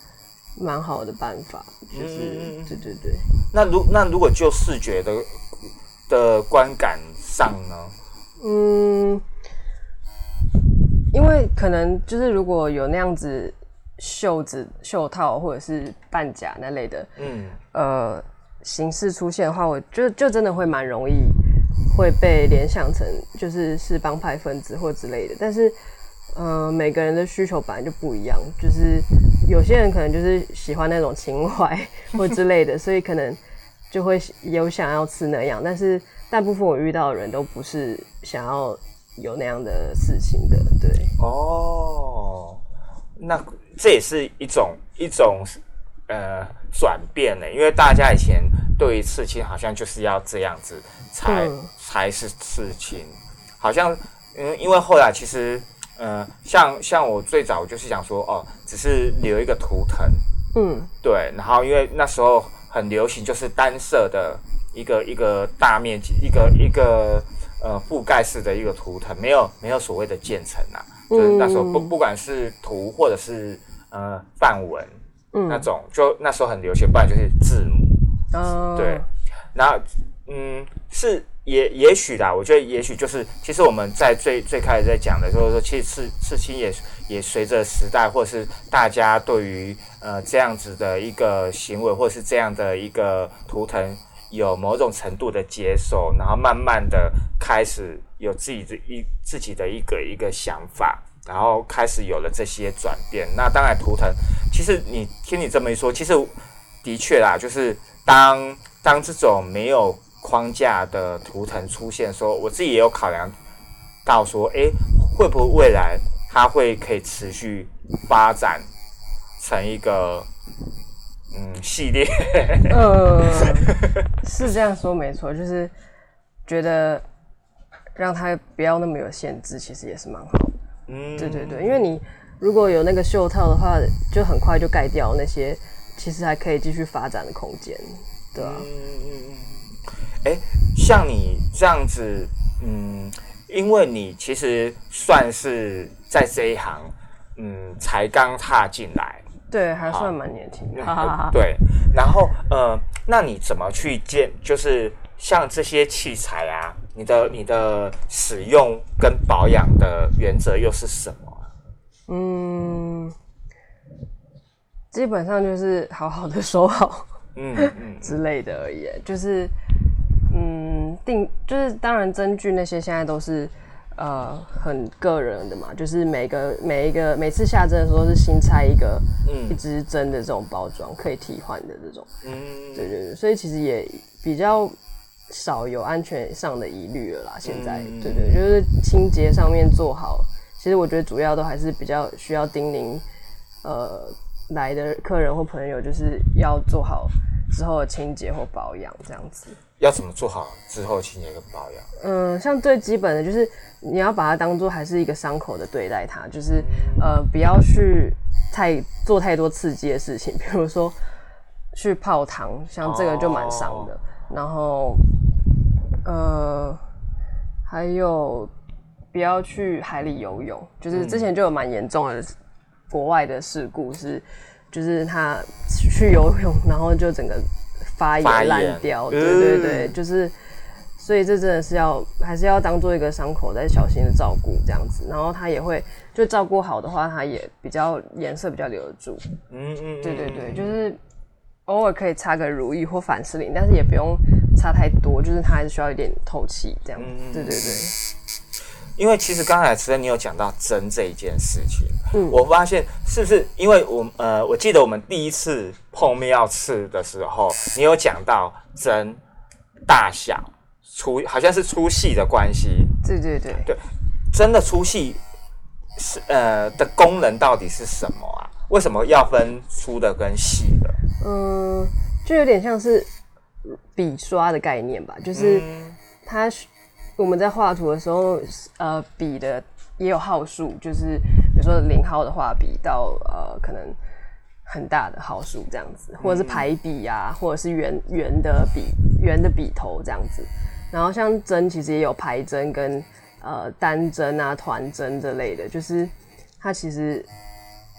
[SPEAKER 3] 蛮好的办法，就是、嗯、对对对。
[SPEAKER 2] 那如那如果就视觉的的观感上呢？
[SPEAKER 3] 嗯，因为可能就是如果有那样子袖子、袖套或者是半甲那类的，嗯，呃，形式出现的话，我就就真的会蛮容易会被联想成就是是帮派分子或之类的，但是。呃，每个人的需求本来就不一样，就是有些人可能就是喜欢那种情怀或之类的，所以可能就会有想要吃那样，但是大部分我遇到的人都不是想要有那样的事情的，对。哦，
[SPEAKER 2] 那这也是一种一种呃转变呢，因为大家以前对于刺青好像就是要这样子才、嗯、才是刺青，好像嗯，因为后来其实。呃，像像我最早就是想说，哦，只是留一个图腾，嗯，对，然后因为那时候很流行，就是单色的一个一个大面积，一个一个呃覆盖式的一个图腾，没有没有所谓的渐层啊，就是那时候不不管是图或者是呃范文，嗯，那种就那时候很流行，不然就是字母，哦，对，然后嗯是。也也许啦，我觉得也许就是，其实我们在最最开始在讲的，就是说，其实刺刺青也也随着时代，或者是大家对于呃这样子的一个行为，或者是这样的一个图腾，有某种程度的接受，然后慢慢的开始有自己的一自己的一个一个想法，然后开始有了这些转变。那当然，图腾其实你听你这么一说，其实的确啦，就是当当这种没有框架的图腾出现的时候，我自己也有考量到说，哎，会不会未来它会可以持续发展成一个嗯系列？
[SPEAKER 3] 呃，是这样说没错，就是觉得让它不要那么有限制，其实也是蛮好的。嗯，对对对，因为你如果有那个袖套的话，就很快就盖掉那些其实还可以继续发展的空间，对吧？嗯嗯嗯。
[SPEAKER 2] 哎，像你这样子，嗯，因为你其实算是在这一行，嗯，才刚踏进来，
[SPEAKER 3] 对，还算蛮年轻的，
[SPEAKER 2] 对。然后，呃，那你怎么去建？就是像这些器材啊，你的你的使用跟保养的原则又是什么啊？
[SPEAKER 3] 嗯，基本上就是好好的收好，嗯嗯之类的而已，就是。嗯，定就是当然针具那些现在都是呃很个人的嘛，就是每个每一个每次下针的时候是新拆一个、嗯、一支针的这种包装可以替换的这种，嗯，对对对，所以其实也比较少有安全上的疑虑了啦。现在、嗯、对对，就是清洁上面做好，其实我觉得主要都还是比较需要叮咛呃来的客人或朋友，就是要做好之后的清洁或保养这样子。
[SPEAKER 2] 要怎么做好之后清洁跟保养？
[SPEAKER 3] 嗯，像最基本的就是你要把它当做还是一个伤口的对待它，就是呃不要去太做太多刺激的事情，比如说去泡汤，像这个就蛮伤的。哦、然后呃还有不要去海里游泳，就是之前就有蛮严重的国外的事故是，就是他去游泳，然后就整个。发炎烂掉，对对对，嗯、就是，所以这真的是要还是要当做一个伤口，再小心的照顾这样子，然后它也会就照顾好的话，它也比较颜色比较留得住，嗯嗯，对对对，就是偶尔可以擦个乳液或凡士林，但是也不用擦太多，就是它还是需要一点透气这样，嗯、对对对。
[SPEAKER 2] 因为其实刚才慈恩你有讲到针这一件事情，嗯，我发现是不是因为我呃，我记得我们第一次碰面要刺的时候，你有讲到针大小粗，好像是粗细的关系。
[SPEAKER 3] 对对对
[SPEAKER 2] 对，针的粗细是呃的功能到底是什么啊？为什么要分粗的跟细的？
[SPEAKER 3] 嗯，就有点像是笔刷的概念吧，就是它。嗯我们在画图的时候，呃，笔的也有号数，就是比如说零号的画笔到呃可能很大的号数这样子，或者是排笔啊，或者是圆圆的笔圆的笔头这样子。然后像针其实也有排针跟呃单针啊、团针这类的，就是它其实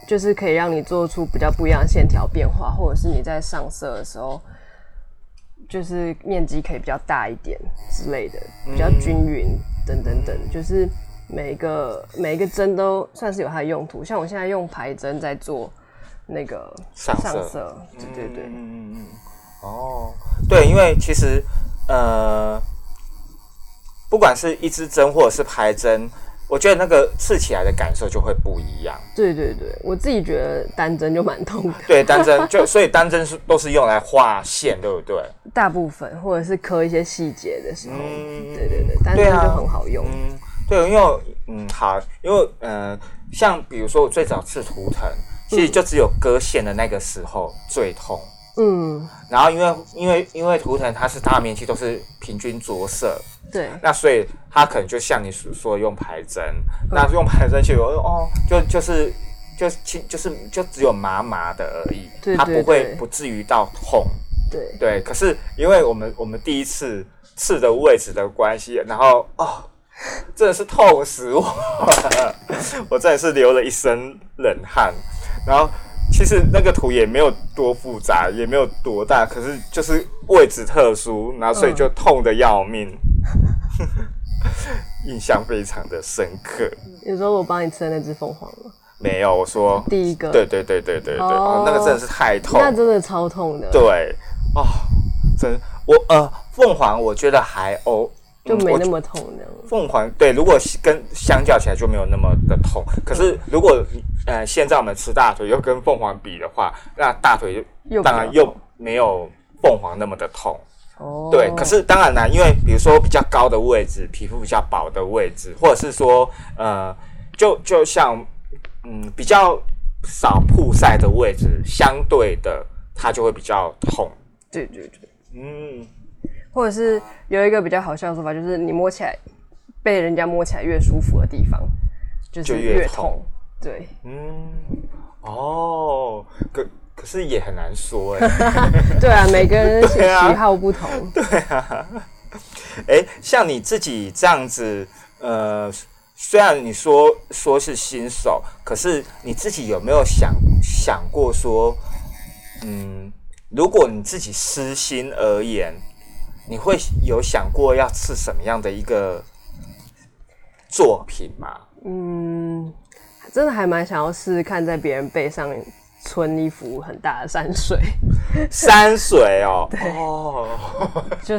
[SPEAKER 3] 就是可以让你做出比较不一样的线条变化，或者是你在上色的时候，就是面积可以比较大一点之类的，比较均匀等等等，就是每一个每一个针都算是有它的用途。像我现在用排针在做那个
[SPEAKER 2] 上色，
[SPEAKER 3] 上色对对对，
[SPEAKER 2] 嗯嗯哦，对，因为其实呃，不管是一支针或者是排针。我觉得那个刺起来的感受就会不一样。
[SPEAKER 3] 对对对，我自己觉得单针就蛮痛的。
[SPEAKER 2] 对，单针就所以单针是都是用来画线，对不对？
[SPEAKER 3] 大部分或者是刻一些细节的时候，
[SPEAKER 2] 嗯、
[SPEAKER 3] 对对对，单针就很好用。
[SPEAKER 2] 嗯，对，因为嗯好，因为呃，像比如说我最早刺图腾，其实就只有割线的那个时候最痛。嗯，然后因为因为因为图腾它是大面积都是平均着色。
[SPEAKER 3] 对，
[SPEAKER 2] 那所以它可能就像你所说用排针，嗯、那用排针去哦，就就是就就是就只有麻麻的而已，
[SPEAKER 3] 对对对，
[SPEAKER 2] 它不会不至于到痛。
[SPEAKER 3] 对
[SPEAKER 2] 对，可是因为我们我们第一次刺的位置的关系，然后哦，真的是痛死我了，我真的是流了一身冷汗，然后。其实那个图也没有多复杂，也没有多大，可是就是位置特殊，然后所以就痛得要命，嗯、印象非常的深刻。
[SPEAKER 3] 你说我帮你吃的那只凤凰吗？
[SPEAKER 2] 没有，我说
[SPEAKER 3] 第一个。
[SPEAKER 2] 对对对对对对，哦，那个真的是太痛，
[SPEAKER 3] 那真的超痛的。
[SPEAKER 2] 对，哦，真我呃凤凰我觉得还 O。
[SPEAKER 3] 就没那么痛这样。
[SPEAKER 2] 凤凰对，如果跟相较起来就没有那么的痛。可是如果呃现在我们吃大腿又跟凤凰比的话，那大腿当然又没有凤凰那么的痛。哦，对。可是当然啦，因为比如说比较高的位置，皮肤比较薄的位置，或者是说呃，就就像嗯比较少曝晒的位置，相对的它就会比较痛。
[SPEAKER 3] 对对对，
[SPEAKER 2] 嗯。
[SPEAKER 3] 或者是有一个比较好笑的说法，就是你摸起来被人家摸起来越舒服的地方，就是越痛。对，
[SPEAKER 2] 嗯，哦，可可是也很难说哎。
[SPEAKER 3] 对啊，每个人喜好不同。
[SPEAKER 2] 对啊，哎、欸，像你自己这样子，呃，虽然你说说是新手，可是你自己有没有想想过说，嗯，如果你自己私心而言？你会有想过要刺什么样的一个作品吗？
[SPEAKER 3] 嗯，真的还蛮想要试试看，在别人背上存一幅很大的山水。
[SPEAKER 2] 山水哦，
[SPEAKER 3] 对，
[SPEAKER 2] 哦，
[SPEAKER 3] 就是，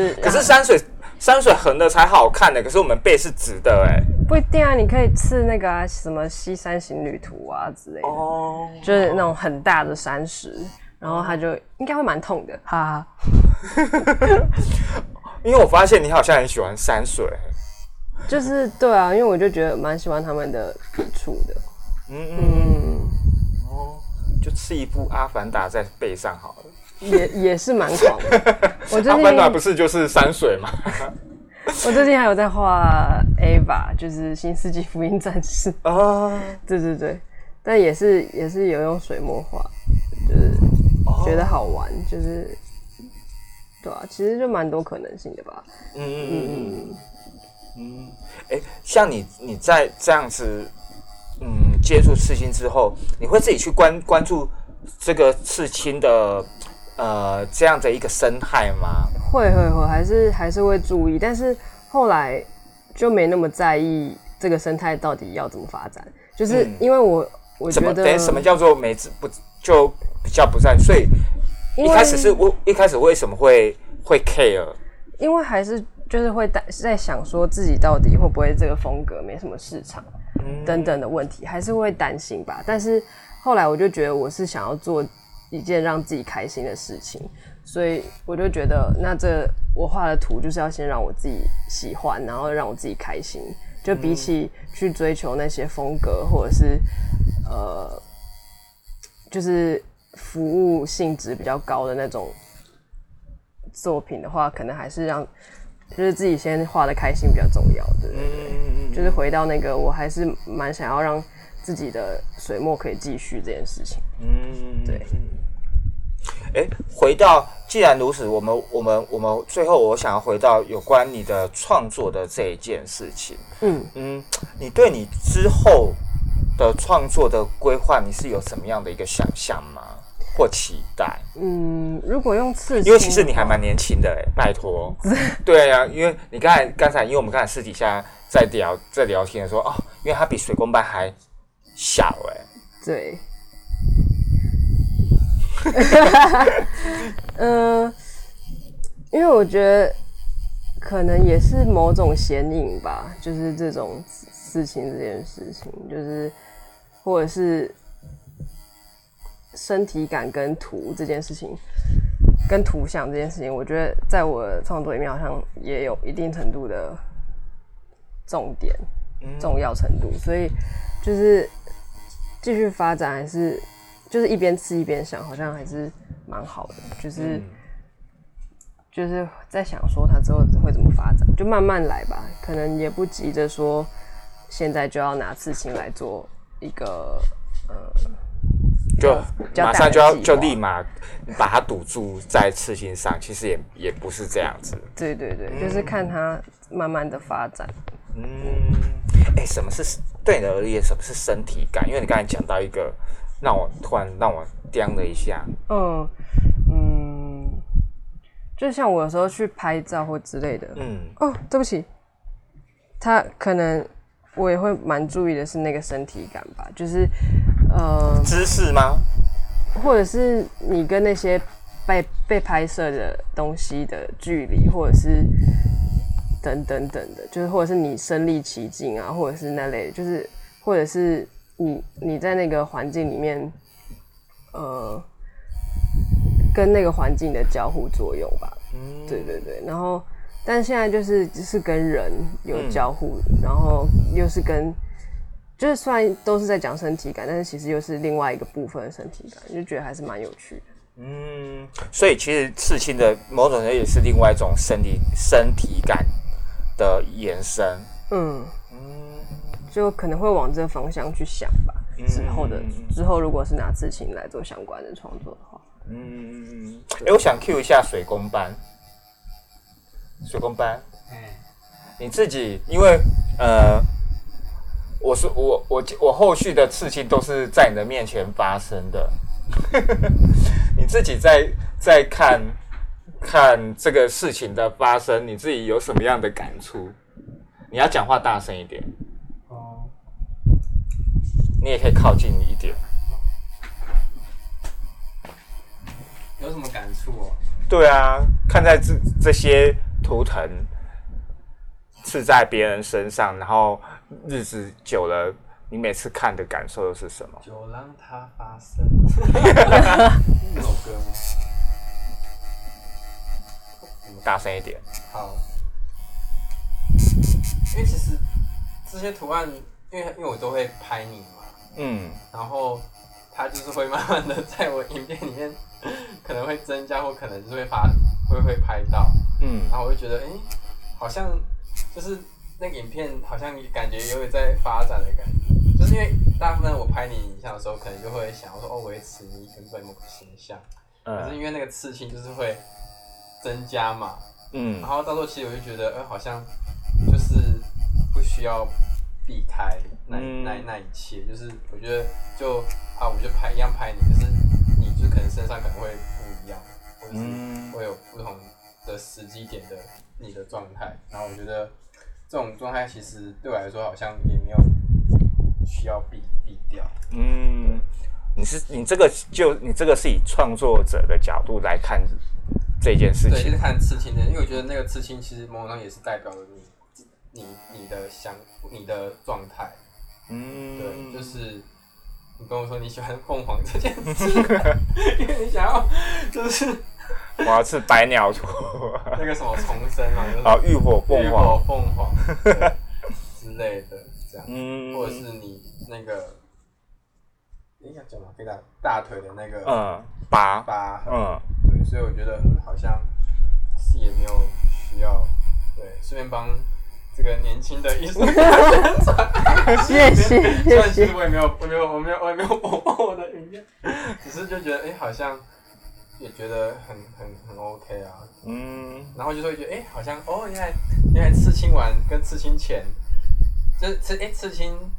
[SPEAKER 2] 可是山水山水横的才好看的，可是我们背是直的哎。
[SPEAKER 3] 不一定啊，你可以刺那个、啊、什么西山行旅图啊之类的，哦，就是那种很大的山石。然后他就应该会蛮痛的，哈哈。
[SPEAKER 2] 因为我发现你好像很喜欢山水，
[SPEAKER 3] 就是对啊，因为我就觉得蛮喜欢他们的笔触的。嗯嗯嗯。
[SPEAKER 2] 哦，就刺一幅《阿凡达》在背上好了。
[SPEAKER 3] 也也是蛮狂的。我最近《
[SPEAKER 2] 阿凡达》不是就是山水吗？
[SPEAKER 3] 我最近还有在画 Ava， 就是《新世纪福音战士》啊。对对对，但也是也是有用水墨画，就是。觉得好玩，就是对啊，其实就蛮多可能性的吧。嗯嗯嗯
[SPEAKER 2] 嗯。哎、欸，像你你在这样子嗯接触刺青之后，你会自己去关关注这个刺青的呃这样的一个生态吗？
[SPEAKER 3] 会会会，还是还是会注意，但是后来就没那么在意这个生态到底要怎么发展，就是因为我、嗯、我觉得
[SPEAKER 2] 什么什么叫做没不就。比较不在，所以一开始是我一开始为什么会会 care？
[SPEAKER 3] 因为还是就是会在想说自己到底会不会这个风格没什么市场、嗯、等等的问题，还是会担心吧。但是后来我就觉得我是想要做一件让自己开心的事情，所以我就觉得那这我画的图就是要先让我自己喜欢，然后让我自己开心，就比起去追求那些风格或者是呃就是服务性质比较高的那种作品的话，可能还是让就是自己先画的开心比较重要，对对对，嗯、就是回到那个我还是蛮想要让自己的水墨可以继续这件事情。嗯，对。
[SPEAKER 2] 哎、欸，回到既然如此，我们我们我们最后我想要回到有关你的创作的这一件事情。嗯嗯，你对你之后的创作的规划，你是有什么样的一个想象吗？或期待？
[SPEAKER 3] 嗯，如果用刺青，
[SPEAKER 2] 因为其实你还蛮年轻的哎，拜托。对啊，因为你刚才刚才，因为我们刚才私底下在聊在聊天的时候，哦，因为他比水工班还小哎。
[SPEAKER 3] 对。嗯、呃，因为我觉得可能也是某种显影吧，就是这种事情这件事情，就是或者是身体感跟图这件事情，跟图像这件事情，我觉得在我的创作里面好像也有一定程度的重点、重要程度，所以就是继续发展还是。就是一边吃一边想，好像还是蛮好的。就是、嗯、就是在想说他之后会怎么发展，就慢慢来吧。可能也不急着说现在就要拿刺青来做一个呃，
[SPEAKER 2] 就马上就要就立马把它堵住在刺青上。其实也也不是这样子。
[SPEAKER 3] 对对对，嗯、就是看它慢慢的发展。
[SPEAKER 2] 嗯，哎、欸，什么是对你而言什么是身体感？因为你刚才讲到一个。让我突然让我掂了一下，
[SPEAKER 3] 嗯嗯，就像我有时候去拍照或之类的，嗯，哦，对不起，他可能我也会蛮注意的是那个身体感吧，就是呃，
[SPEAKER 2] 姿势吗？
[SPEAKER 3] 或者是你跟那些被被拍摄的东西的距离，或者是等等等的，就是或者是你身临其境啊，或者是那类，就是或者是。你你在那个环境里面，呃，跟那个环境的交互作用吧。嗯，对对对。然后，但现在就是就是跟人有交互，嗯、然后又是跟，就是虽然都是在讲身体感，但是其实又是另外一个部分的身体感，就觉得还是蛮有趣的。
[SPEAKER 2] 嗯，所以其实刺青的某种人也是另外一种身体身体感的延伸。嗯嗯。
[SPEAKER 3] 就可能会往这个方向去想吧。之后的之后，如果是拿刺青来做相关的创作的话，
[SPEAKER 2] 嗯，哎、欸，我想 cue 一下水工班，水工班，嗯，你自己因为呃，我是我我我后续的刺青都是在你的面前发生的，你自己在在看看这个事情的发生，你自己有什么样的感触？你要讲话大声一点。你也可以靠近一点。
[SPEAKER 4] 有什么感触哦？
[SPEAKER 2] 对啊，看在这这些图腾刺在别人身上，然后日子久了，你每次看的感受又是什么？
[SPEAKER 4] 就让它发生。这首歌吗？
[SPEAKER 2] 大声一点。
[SPEAKER 4] 好。因为其实这些图案，因为因为我都会拍你嘛。嗯，然后它就是会慢慢的在我影片里面可能会增加，或可能就是会发会会拍到，嗯，然后我就觉得，哎、欸，好像就是那个影片好像感觉有点在发展的感觉，就是因为大部分我拍你影像的时候，可能就会想要说，哦，维持你原本某个形象，嗯，可是因为那个刺青就是会增加嘛，嗯，然后到时候其实我就觉得，呃，好像就是不需要避开那那那一切，就是我觉得就啊，我就拍一样拍你，可是你就可能身上可能会不一样，或者是会有不同的时机点的你的状态。然后我觉得这种状态其实对我来说好像也没有需要避避掉。
[SPEAKER 2] 嗯，你是你这个就你这个是以创作者的角度来看这件事情，
[SPEAKER 4] 对，就是看刺青的，因为我觉得那个刺青其实某种上也是代表了你。你你的想你的状态，嗯，对，就是你跟我说你喜欢凤凰这件事，因为你想要就是
[SPEAKER 2] 我要吃百鸟图，
[SPEAKER 4] 那个什么重生嘛，就是
[SPEAKER 2] 啊，浴火凤凰，浴
[SPEAKER 4] 火凤凰之类的，这样，嗯，或者是你那个，哎，要讲嘛，给大大腿的那个，
[SPEAKER 2] 嗯，疤
[SPEAKER 4] 疤，嗯，对，所以我觉得好像是也没有需要，对，顺便帮。这个年轻的艺术家宣传，
[SPEAKER 3] 谢谢。
[SPEAKER 4] 虽然其实我也没有，我没有，我没有，我也没有播放我的影片，只是就觉得，哎、欸，好像也觉得很很很 OK 啊，嗯，然后就会觉得，哎、欸，好像哦，原来原来刺青完跟刺青前，就是刺哎、欸、刺青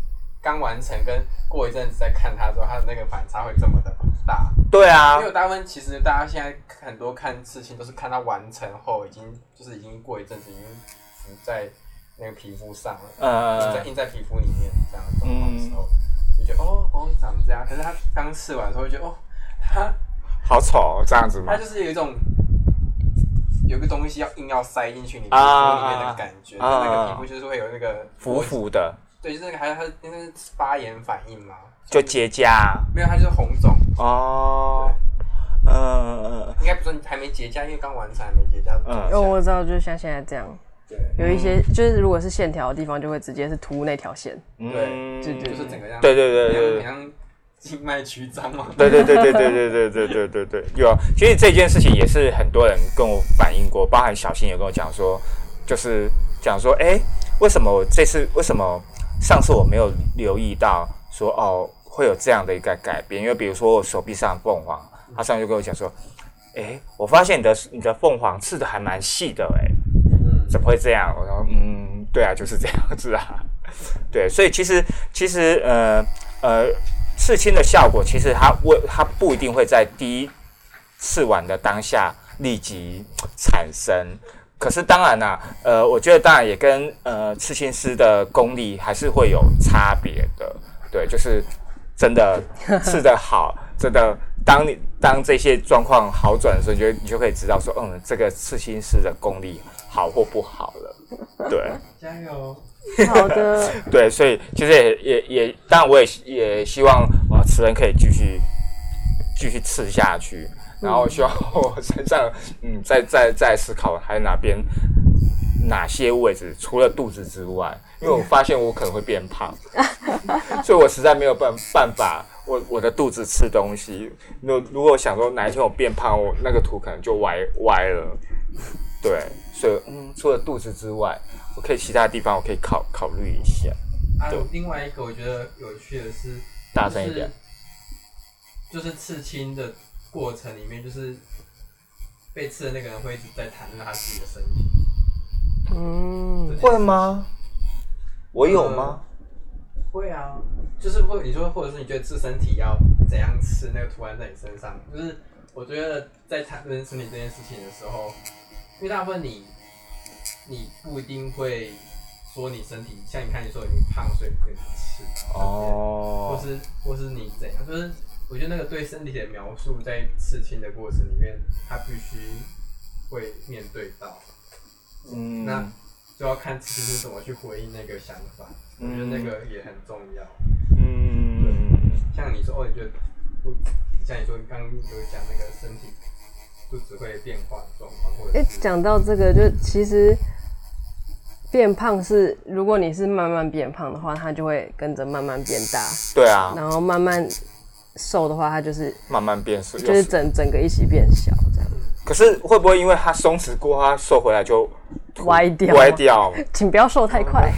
[SPEAKER 4] 刚完成跟过一阵子再看它之后，它的那个反差会这么的大。
[SPEAKER 2] 对啊，
[SPEAKER 4] 因为我大部分其实大家现在很多看刺青都是看它完成后，已经就是已经过一阵子已经浮在那个皮肤上了，呃，印在印在皮肤里面这样的状况的时候，嗯、就觉得哦哦长这样。可是它刚刺完的时候，就觉得哦，它
[SPEAKER 2] 好丑、哦、这样子吗？
[SPEAKER 4] 它就是有一种有个东西要硬要塞进去你皮肤里面的感觉，啊、那个皮肤就是会有那个
[SPEAKER 2] 浮浮的。
[SPEAKER 4] 对，就是那个还有它那是发炎反应嘛，
[SPEAKER 2] 就结痂。
[SPEAKER 4] 没有，它就是红肿。
[SPEAKER 2] 哦。呃，
[SPEAKER 4] 应该不是还没结痂，因为刚完成还没结痂。
[SPEAKER 3] 嗯，哦，我知道，就是像现在这样。
[SPEAKER 4] 对，
[SPEAKER 3] 有一些就是如果是线条的地方，就会直接是凸那条线。
[SPEAKER 4] 对，就就是整个这样。
[SPEAKER 2] 对对对对，
[SPEAKER 4] 很像静脉曲张嘛。
[SPEAKER 2] 对对对对对对对对对对对，有。其实这件事情也是很多人跟我反映过，包含小新也跟我讲说，就是讲说，哎，为什么我这次为什么上次我没有留意到说哦会有这样的一个改变？因为比如说我手臂上的凤凰，他上次就跟我讲说，哎，我发现你的你的凤凰刺的还蛮细的，哎。怎么会这样？我说，嗯，对啊，就是这样子啊。对，所以其实其实呃呃，刺青的效果其实它为它不一定会在第一刺完的当下立即产生。可是当然啦、啊，呃，我觉得当然也跟呃刺青师的功力还是会有差别的。对，就是真的刺得好，真的。当你当这些状况好转的时候，你就你就可以知道说，嗯，这个刺青师的功力好或不好了。对，
[SPEAKER 4] 加油。
[SPEAKER 3] 好的。
[SPEAKER 2] 对，所以其实也也也，当然我也也希望啊，词人可以继续继续刺下去，然后希望我身上嗯，再再再思考还有哪边哪些位置，除了肚子之外，因为我发现我可能会变胖，所以我实在没有办办法。我我的肚子吃东西，如如果想说哪一天我变胖，我那个图可能就歪歪了，对，所以嗯，除了肚子之外，我可以其他地方我可以考考虑一下。
[SPEAKER 4] 还有、啊、另外一个我觉得有趣的是，
[SPEAKER 2] 大声一点，
[SPEAKER 4] 就是刺青的过程里面，就是被刺的那个人会一直在谈论他自己的身体。
[SPEAKER 3] 嗯，
[SPEAKER 2] 会吗？我有吗？
[SPEAKER 4] 呃会啊，就是会你说，或者是你觉得刺身体要怎样刺那个图案在你身上，就是我觉得在谈论身体这件事情的时候，因为大部分你你不一定会说你身体，像你看你说你胖，所以不可以刺哦，或是或是你怎样，就是我觉得那个对身体的描述在刺青的过程里面，他必须会面对到，嗯，那就要看刺青师怎么去回应那个想法。我觉得那个也很重要。嗯，对，像你说哦，你觉得不，像你说刚刚有讲那个身体肚子会变化的状况，或者是
[SPEAKER 3] 讲到这个，就其实变胖是，如果你是慢慢变胖的话，它就会跟着慢慢变大。
[SPEAKER 2] 对啊。
[SPEAKER 3] 然后慢慢瘦的话，它就是
[SPEAKER 2] 慢慢变瘦，
[SPEAKER 3] 就是整整个一起变小这样。
[SPEAKER 2] 可是会不会因为它松弛过，它瘦回来就？
[SPEAKER 3] 歪掉，
[SPEAKER 2] 歪掉，
[SPEAKER 3] 请不要瘦太快。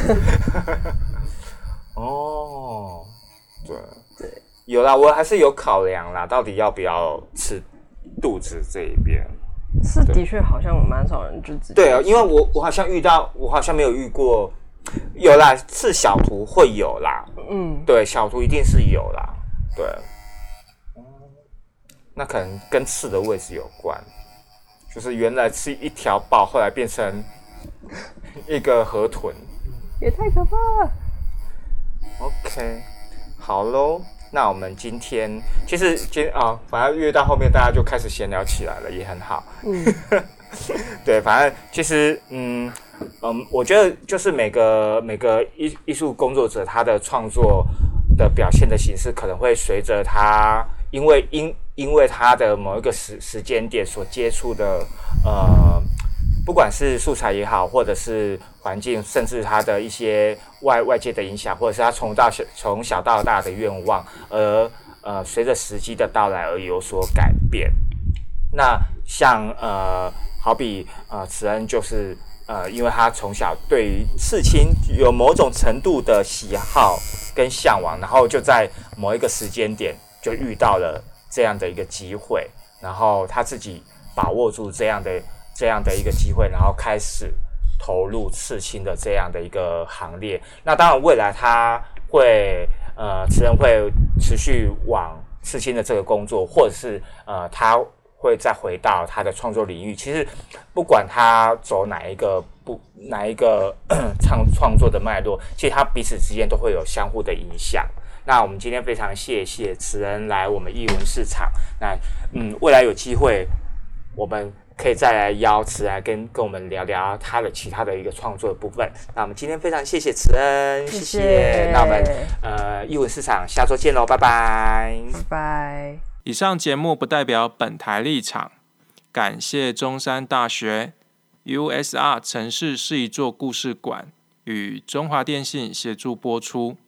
[SPEAKER 2] 哦，对对，有啦，我还是有考量啦，到底要不要吃肚子这一边？
[SPEAKER 3] 是的确好像蛮少人就直接。
[SPEAKER 2] 对啊，因为我我好像遇到，我好像没有遇过，有啦，刺小图会有啦，嗯，对，小图一定是有啦，对，那可能跟刺的位置有关。就是原来是一条豹，后来变成一个河豚，
[SPEAKER 3] 也太可怕了。
[SPEAKER 2] OK， 好咯，那我们今天其实今天啊，反正越到后面大家就开始闲聊起来了，也很好。嗯，对，反正其实嗯嗯，我觉得就是每个每个艺艺术工作者他的创作的表现的形式，可能会随着他因为因。因为他的某一个时时间点所接触的，呃，不管是素材也好，或者是环境，甚至他的一些外外界的影响，或者是他从到小从小到大的愿望，而呃随着时机的到来而有所改变。那像呃，好比呃，慈恩就是呃，因为他从小对于刺青有某种程度的喜好跟向往，然后就在某一个时间点就遇到了。这样的一个机会，然后他自己把握住这样的这样的一个机会，然后开始投入刺青的这样的一个行列。那当然，未来他会呃慈恩会持续往刺青的这个工作，或者是呃他会再回到他的创作领域。其实不管他走哪一个不哪一个创创作的脉络，其实他彼此之间都会有相互的影响。那我们今天非常谢谢慈恩来我们艺文市场。那嗯，未来有机会我们可以再来邀慈来跟跟我们聊聊他的其他的一个创作的部分。那我们今天非常谢谢慈恩，谢谢。谢谢那我们呃艺文市场下周见喽，拜拜，
[SPEAKER 3] 拜拜。
[SPEAKER 1] 以上节目不代表本台立场，感谢中山大学 U S R 城市是一座故事馆与中华电信协助播出。